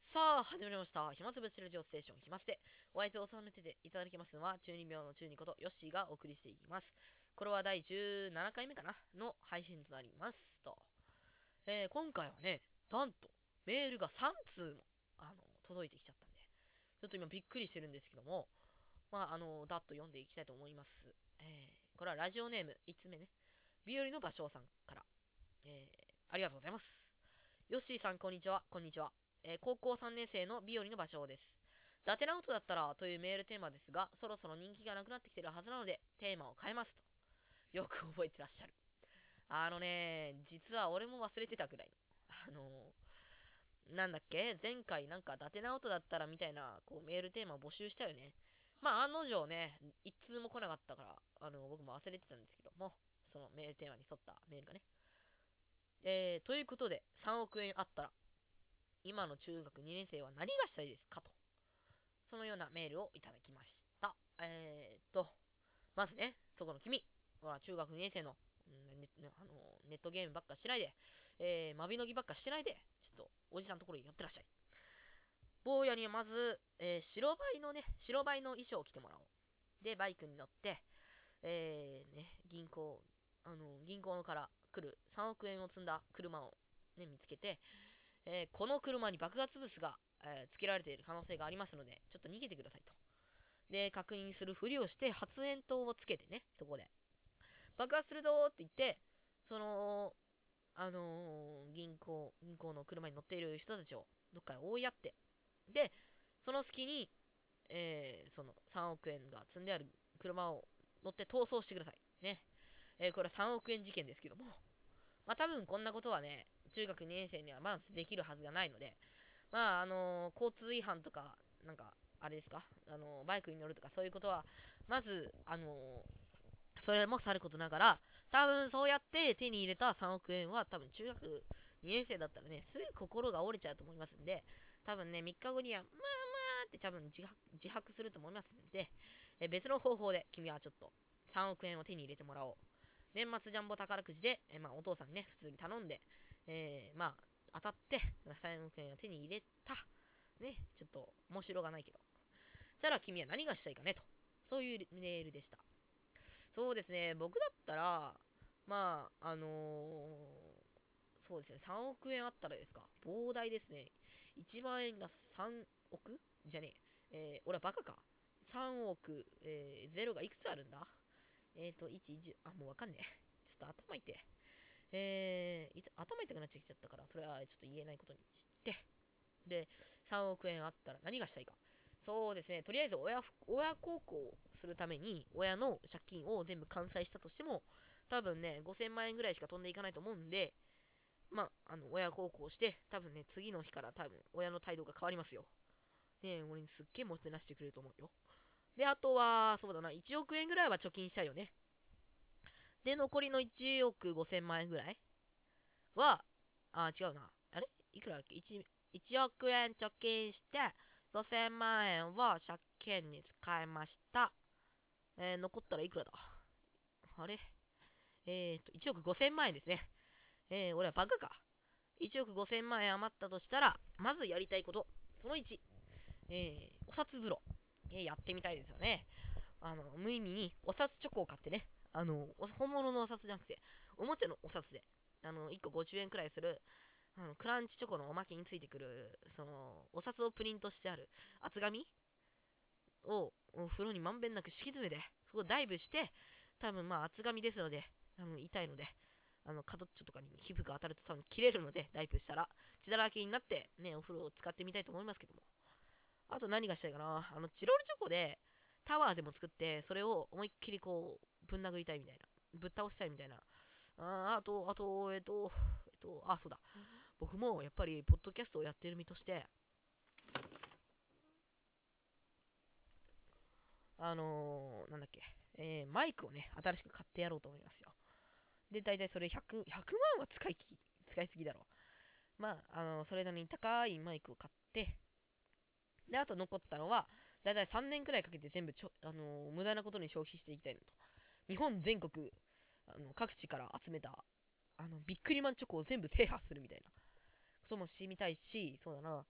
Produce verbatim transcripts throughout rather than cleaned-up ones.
さあ、始まりました。暇つぶしラジオステーション、暇ステ。お相手を収めてていただきますのは、中二病の中二ことヨッシーがお送りしていきます。これはだいじゅうななかいめかなの配信となります。と。えー、今回はね、なんと、メールがさんつうも、あの、届いてきちゃったんで、ちょっと今びっくりしてるんですけども、まあ、あの、だっと読んでいきたいと思います。えー、これはラジオネーム、いつつめね、日和の芭蕉さんから、えー、ありがとうございます。ヨッシーさん、こんにちは。こんにちは。えー高校さんねん生の日和の場所です。ダテナウトだったらというメールテーマですが、そろそろ人気がなくなってきてるはずなので、テーマを変えますと。よく覚えてらっしゃる。あのね、実は俺も忘れてたくらいの。あのーなんだっけ前回なんかダテナウトだったらみたいなこうメールテーマを募集したよね。まあ案の定ね、一通も来なかったから、あの僕も忘れてたんですけども、そのメールテーマに沿ったメールがね。えー、ということで、さんおく円あったら、今の中学にねん生は何がしたいですかと、そのようなメールをいただきました。えー、っと、まずね、そこの君、は中学にねん生の、うんねねあのネットゲームばっかしないで、えー、マビノギばっかしてないで、ちょっとおじさんのところに寄ってらっしゃい。坊やにはまず、えー、白バイのね、白バイの衣装を着てもらおう。で、バイクに乗って、えー、ね、銀行、あの銀行から来るさんおく円を積んだ車を、ね、見つけて、えーこの車に爆発物が、えーつけられている可能性がありますので、ちょっと逃げてくださいと。で、確認するふりをして、発煙筒をつけてね、そこで。爆発するぞーって言って、その、あのー銀行、銀行の車に乗っている人たちをどっかへ追いやって、で、その隙に、えーそのさんおく円が積んである車を乗って逃走してください。ね。えーこれはさんおく円事件ですけども、まあ多分こんなことはね、中学にねん生にはまずできるはずがないので、まあ、あのー交通違反とか、なんか、あれですか、あのーバイクに乗るとかそういうことは、まず、あのーそれもさることながら、多分そうやって手に入れたさんおく円は、多分中学にねん生だったらね、すぐ心が折れちゃうと思いますんで、多分ね、みっかごには、まあまあって多分自白自白すると思いますんで、え別の方法で君はちょっとさんおく円を手に入れてもらおう。年末ジャンボ宝くじで、えまあ、お父さんにね、普通に頼んで、えー、まあ、当たって、さんおく円を手に入れた。ね、ちょっと面白がないけど。そしたら君は何がしたいかねと。そういうメールでした。そうですね、僕だったら、まあ、あのーそうですね、さんおく円あったらですか、膨大ですね。いちまん円がさんおくじゃねえ。えー、俺はバカか。さんおく、えー、ゼロがいくつあるんだ。えっ、ー、と、いち、いち、あ、もうわかんねえ。ちょっと頭痛いて。えー、いつ頭痛くなってきちゃったから、それはちょっと言えないことにして。で、さんおく円あったら何がしたいか。そうですね、とりあえず親親孝行するために、親の借金を全部完済したとしても、多分ね、ごせんまん円ぐらいしか飛んでいかないと思うんで、まあ、あの、親孝行して、多分ね、次の日から多分、親の態度が変わりますよ。ね、俺にすっげえもてなしてくれると思うよ。で、あとは、そうだな、いちおく円ぐらいは貯金したいよね。で、残りのいちおくごせんまん円ぐらいは、あ、違うな。あれいくらだっけ 1, いちおく円貯金して、ごせんまん円を借金に使いました。えー、残ったらいくらだあれえーと、いちおくごせんまん円ですね。えー、俺はバカか。いちおくごせんまん円余ったとしたら、まずやりたいこと。そのいち、えー、お札風呂。えー、やってみたいですよね。あの、無意味にお札チョコを買ってね。あの、本物のお札じゃなくて、おもちゃのお札で、あの、いっこごじゅうえんくらいする、あのクランチチョコのおまけについてくる、その、お札をプリントしてある厚紙をお風呂にまんべんなく敷き詰めて、そこをダイブして、多分まあ厚紙ですので、あの痛いので、あの角っちょとかに皮膚が当たると多分切れるので、ダイブしたら血だらけになって、ね、お風呂を使ってみたいと思いますけども。あと何がしたいかな、あのチロルチョコでタワーでも作って、それを思いっきりこうぶん殴りたいみたいな、ぶっ倒したいみたいな。ああと、あと、えっと、えっと、あ、そうだ。僕もやっぱり、ポッドキャストをやっている身として、あのー、なんだっけ、えー、マイクをね、新しく買ってやろうと思いますよ。で、大体それひゃく、ひゃくまんは使いき、使いすぎだろう。まあ、あのー、それなりに高いマイクを買って、で、あと残ったのは、だいたいさんねんくらいかけて全部ちょ、あのー、無駄なことに消費していきたいのと。日本全国、あの各地から集めた、あの、ビックリマンチョコを全部制覇するみたいなこともしてみたいし、そうだな。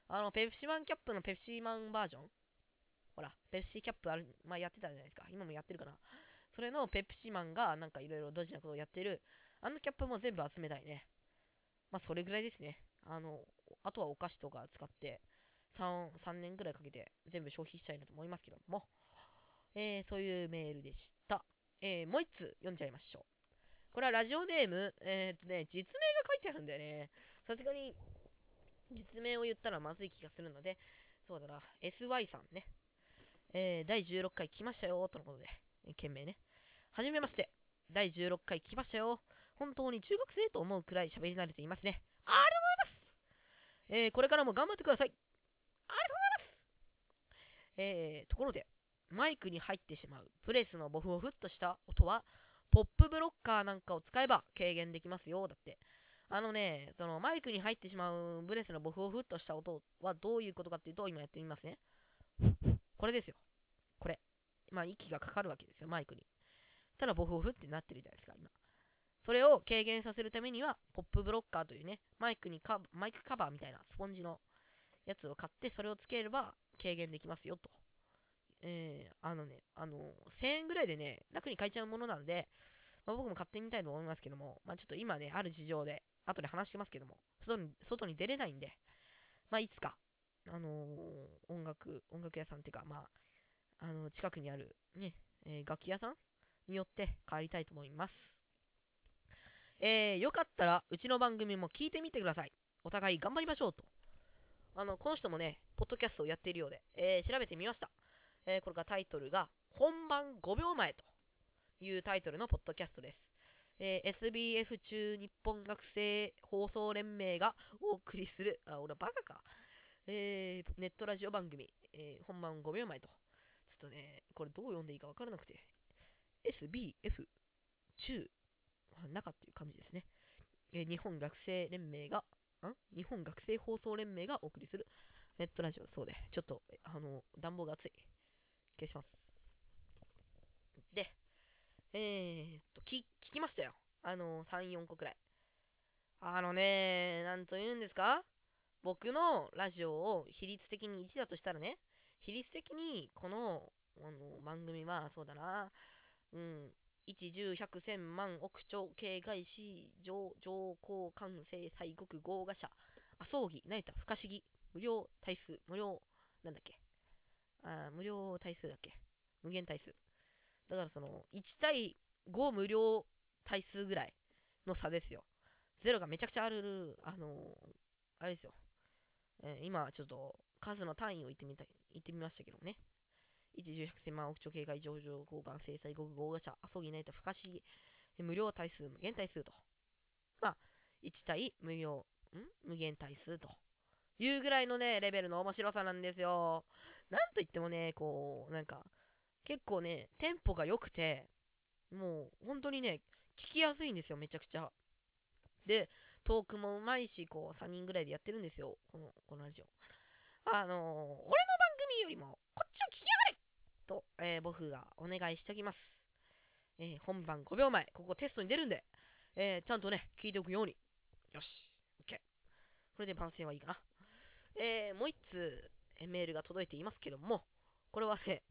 あの、ペプシマンキャップのペプシマンバージョン、ほら、ペプシキャップある、まあ、やってたじゃないですか。今もやってるかな。それのペプシマンがなんかいろいろドジなことをやってる、あのキャップも全部集めたいね。まあ、それぐらいですね。あの、あとはお菓子とか使って、さん、さんねんぐらいかけて全部消費したいなと思いますけども、えー、そういうメールでした。えー、もう一つ読んじゃいましょう。これはラジオネーム、えー、っとね、実名が書いてあるんだよね。さすがに実名を言ったらまずい気がするので、そうだな、エスワイ さんね。えー、だいじゅうろっかい来ましたよとのことで、えー、件名ね。はじめまして。だいじゅうろっかい来ましたよ。本当に中学生と思うくらい喋り慣れていますね。ありがとうございます。えー、これからも頑張ってください。ありがとうございます。えー、ところで、マイクに入ってしまうブレスのボフボフっとした音は、ポップブロッカーなんかを使えば軽減できますよ。だって。あのね、そのマイクに入ってしまうブレスのボフボフっとした音はどういうことかっていうと、今やってみますね。これですよ。これ。まあ、息がかかるわけですよ、マイクに。ただ、ボフボフってなってるじゃないですか、今。それを軽減させるためには、ポップブロッカーというね、マイクにカマイクカバーみたいなスポンジのやつを買って、それをつければ軽減できますよと。えー、あのね、あのー、せんえんぐらいでね、楽に買えちゃうものなんで、まあ、僕も買ってみたいと思いますけども、まあ、ちょっと今ね、ある事情で、後で話してますけども、外に外に出れないんで、まあ、いつか、あのー、音楽、音楽屋さんっていうか、まあ、あのー、近くにある、ね、えー、楽器屋さんによって帰りたいと思います。えー、よかったら、うちの番組も聞いてみてください。お互い頑張りましょうと。あの、この人もね、ポッドキャストをやっているようで、えー、調べてみました。えー、これがタイトルが、本番ごびょうまえというタイトルのポッドキャストです。えー、エスビーエフ 中日本学生放送連盟がお送りする、あ、俺バカか。えー、ネットラジオ番組、えー、本番ごびょうまえと。ちょっとね、これどう読んでいいかわからなくて。エスビーエフ 中、中っていう感じですね。えー日本学生連盟が、ん日本学生放送連盟がお送りするネットラジオ、そうで、ちょっと、あの、暖房が熱い。消します。で、えーっと、き、聞きましたよ。あの、さん、よんこくらい。あのね、なんと言うんですか、僕のラジオを比率的にいちだとしたらね、比率的にこの、あの番組は、そうだな、うん、いち、じゅう、ひゃく、せん万、億兆、形外視、上、上、高、関西、西国、豪華者、あ、葬儀、成田、不可思議、無料対数、無料、なんだっけ、あ、無料対数だっけ、無限対数。だからその、いち対ご無料対数ぐらいの差ですよ。ゼロがめちゃくちゃある、あのーあれですよ。えー今、ちょっと、数の単位を言ってみた、言ってみましたけどね。いち、じゅう、ひゃく、せん万、億兆、形外、上場、交換、制裁、国、豪華者、遊ぎないと不可思議、無料対数、無限対数と。まあ、いち対無料、ん無限対数というぐらいのね、レベルの面白さなんですよ。なんといってもね、こう、なんか、結構ね、テンポが良くて、もう、本当にね、聞きやすいんですよ、めちゃくちゃ。で、トークもうまいし、こう、さんにんぐらいでやってるんですよ、この、このラジオ。あのー、俺の番組よりも、こっちを聞きやがれと、えー僕がお願いしておきます。えー本番ごびょうまえ、ここテストに出るんで、えーちゃんとね、聞いておくように。よし、OK。これで番宣はいいかな。えーもう一通、えーメールが届いていますけども、これはね、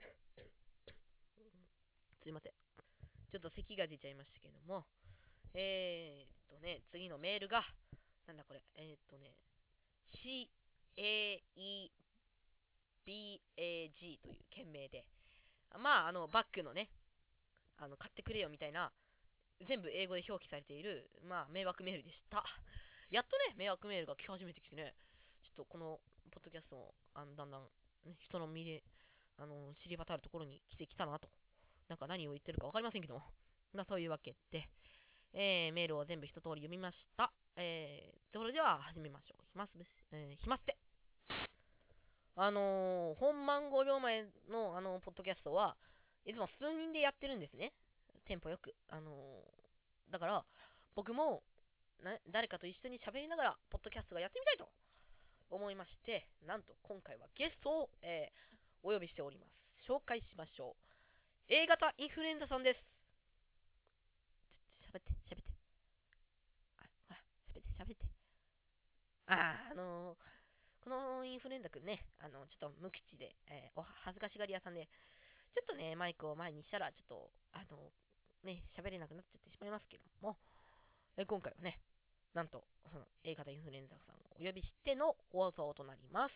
すいません。ちょっと咳が出ちゃいましたけども、えーっとね、次のメールが、なんだこれ、えーっとね、シーエーイービーエージー という件名で、まあ、あの、バッグのね、あの、買ってくれよみたいな、全部英語で表記されている、まあ、迷惑メールでした。やっとね、迷惑メールが来始めてきてね、ちょっとこの、ポッドキャストも、あのだんだん、ね、人の身で、あの、知り渡るところに来てきたなと。なんか何を言ってるか分かりませんけども。まあ、そういうわけで、えー、メールを全部一通り読みました。えー、それでは始めましょう。ひますぶし、えー、ひますて。あのー、本番ごびょうまえの、あのー、ポッドキャストはいつも数人でやってるんですね。テンポよく。あのー、だから、僕もな誰かと一緒に喋りながら、ポッドキャストがやってみたいと思いまして、なんと今回はゲストを、えー、お呼びしております。紹介しましょう。A 型インフルエンザさんです。ちょ喋って、喋って。あ、ほら、喋って、喋って。あー、あのー、このザくんね、あの、ちょっと無口で、えーお恥ずかしがり屋さんで、ちょっとね、マイクを前にしたら、ちょっと、あの、ね、喋れなくなっちゃってしまいますけども、え今回はね、なんと、その A 型インフルエンザさんをお呼びしての放送となります。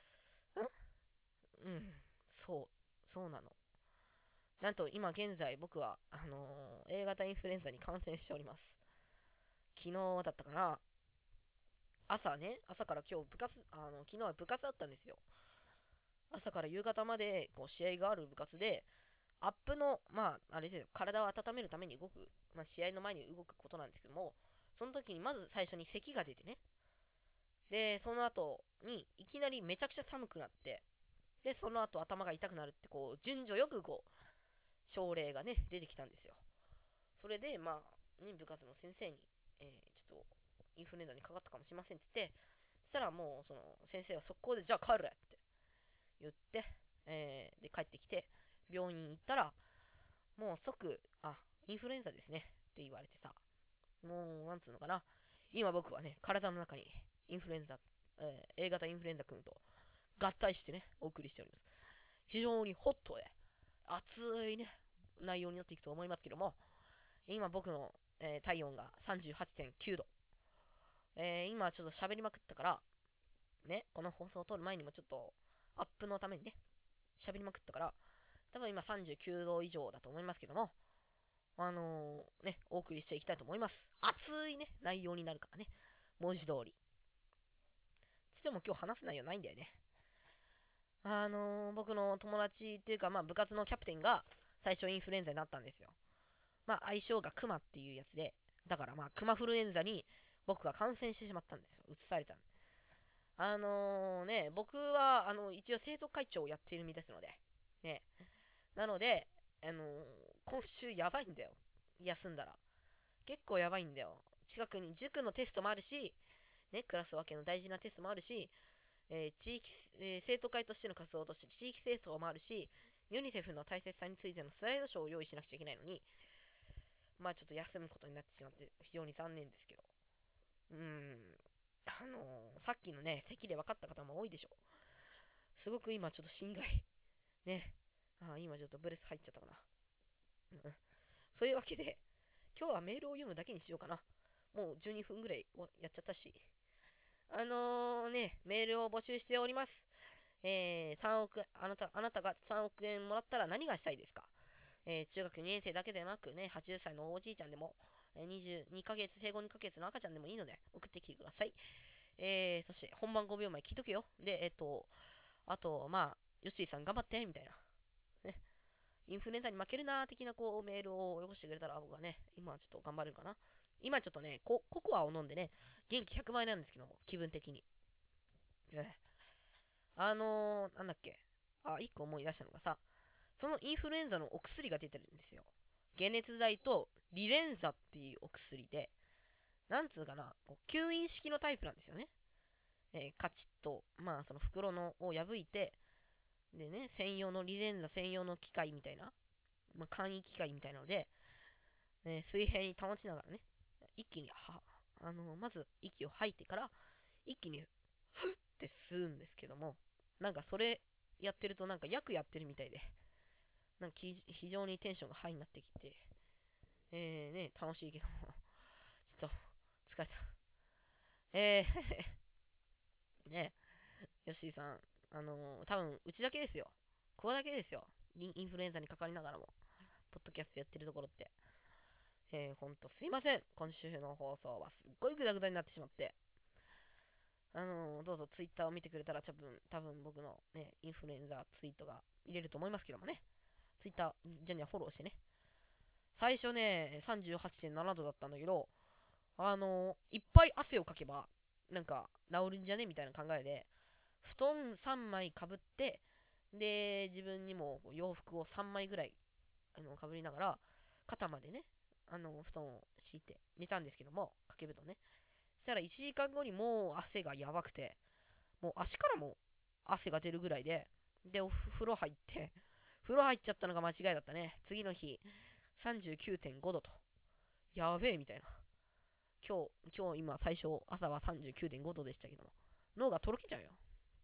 んうん、そう、そうなの。なんと今現在僕は、あのー A 型インフルエンザに感染しております。昨日だったかな、朝ね、朝から今日部活、あの、昨日は部活だったんですよ。朝から夕方までこう試合がある部活で、アップの、まあ、あれですよ、体を温めるために動く、まあ、試合の前に動くことなんですけども、その時にまず最初に咳が出てね、で、その後にいきなりめちゃくちゃ寒くなって、で、その後頭が痛くなるって、こう、順序よくこう、症例がね、出てきたんですよ。それで、まあ、ね、部活の先生に、えー、ちょっと、インフルエンザにかかったかもしれませんって言って、そしたらもう、その、先生は速攻で、じゃあ帰るって言って、えー、で、帰ってきて、病院行ったら、もう即、あ、インフルエンザですねって言われてさ、もう、なんつうのかな。今僕はね、体の中にインフルエンザ、えー A 型インフルエンザ君と合体してね、お送りしております。非常にホットで、熱いね、内容になっていくと思いますけども、今僕の、えー体温がさんじゅうはちてんきゅうど。えー今ちょっと喋りまくったから、ね、この放送を撮る前にもちょっと、アップのためにね、喋りまくったから、多分今さんじゅうきゅうど以上だと思いますけども、あのーね、お送りしていきたいと思います。熱いね、内容になるからね。文字通り。つっても今日話す内容ないんだよね。あのー僕の友達っていうか、まあ部活のキャプテンが最初インフルエンザになったんですよ。まあ相性がクマっていうやつで、だからまあクマフルエンザに僕が感染してしまったんですよ。移されたんで。あのーね、僕はあの一応生徒会長をやっている身ですので、ね。なので、あのー今週やばいんだよ。休んだら。結構やばいんだよ。近くに塾のテストもあるし、ね、クラス分けの大事なテストもあるし、えー地域、えー生徒会としての活動として地域清掃もあるし、ユニセフの大切さについてのスライドショーを用意しなくちゃいけないのに、まあちょっと休むことになってしまって非常に残念ですけど。うーん、あのーさっきのね、席で分かった方も多いでしょう。すごく今ちょっと心外。ね。あ今ちょっとブレス入っちゃったかな。うん。そういうわけで、今日はメールを読むだけにしようかな。もうじゅうにふんぐらいやっちゃったし。あのーね、メールを募集しております。えー、さんおく、あなた、あなたがさんおく円もらったら何がしたいですか？えー、中学にねん生だけでなくね、はちじゅっさいのおじいちゃんでも、えー、にじゅうにかげつ、生後にかげつの赤ちゃんでもいいので、送ってきてください。えー、そして、本番ごびょうまえ聞いとけよ。で、えっと、あと、まあ、ヨッシーさん頑張って、みたいな。ね。インフルエンザに負けるなー的なこうメールをよこしてくれたら僕はね、今はちょっと頑張れるかな。今ちょっとね、コココアを飲んでね、元気ひゃくばいなんですけど、気分的に。えあのー、なんだっけ。あ、いっこ思い出したのがさ、そのインフルエンザのお薬が出てるんですよ。解熱剤とリレンザっていうお薬で、なんつうかな、こう吸引式のタイプなんですよね。えーカチッと、まあその袋のを破いて、でね、専用のリレンザ専用の機械みたいな、まあ、簡易機械みたいなので、ね、水平に保ちながらね、一気には、あのーまず息を吐いてから、一気にふって吸うんですけども、なんかそれやってるとなんか役やってるみたいで、なんか非常にテンションがハイになってきて、えーね、楽しいけども、ちょっと疲れた。えーね、ヨッシーさん、あのー多分うちだけですよ。ここだけですよ。インインフルエンザにかかりながらも、ポッドキャストやってるところって。えー、ほんとすいません。今週の放送はすっごいグダグダになってしまって。あのーどうぞツイッターを見てくれたら多分、多分僕のね、インフルエンザツイートが見れると思いますけどもね。ツイッター、じゃにはフォローしてね。最初ね、さんじゅうはちてんななどだったんだけど、あのーいっぱい汗をかけば、なんか治るんじゃねみたいな考えで、布団さんまいかぶって、で、自分にも洋服をさんまいぐらいあのかぶりながら、肩までね、あの布団を敷いて寝たんですけども、掛け布団ね。そしたらいちじかんごにもう汗がやばくて、もう足からも汗が出るぐらいで、で、お風呂入って、風呂入っちゃったのが間違いだったね。次の日、さんじゅうきゅうてんごどと。やべえ、みたいな。今日、今日今最初、朝はさんじゅうきゅうてんごどでしたけども。脳がとろけちゃうよ。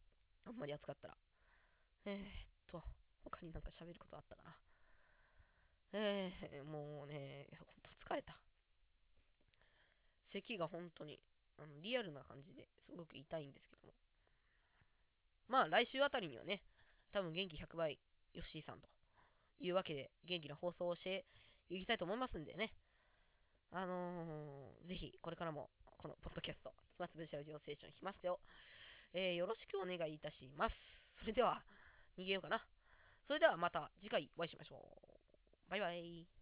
あんまり暑かったら。えーっと、他になんか喋ることあったかな。えー、もうね、ほんと疲れた。咳が本当に、あの、リアルな感じですごく痛いんですけども。まあ、来週あたりにはね、多分元気ひゃくばい、ヨッシーさんというわけで、元気な放送をしていきたいと思いますんでね。あのー、ぜひ、これからも、このポッドキャスト、暇つぶしラジオステーションしますよ。えー、よろしくお願いいたします。それでは、逃げようかな。それではまた次回お会いしましょう。バイバイ。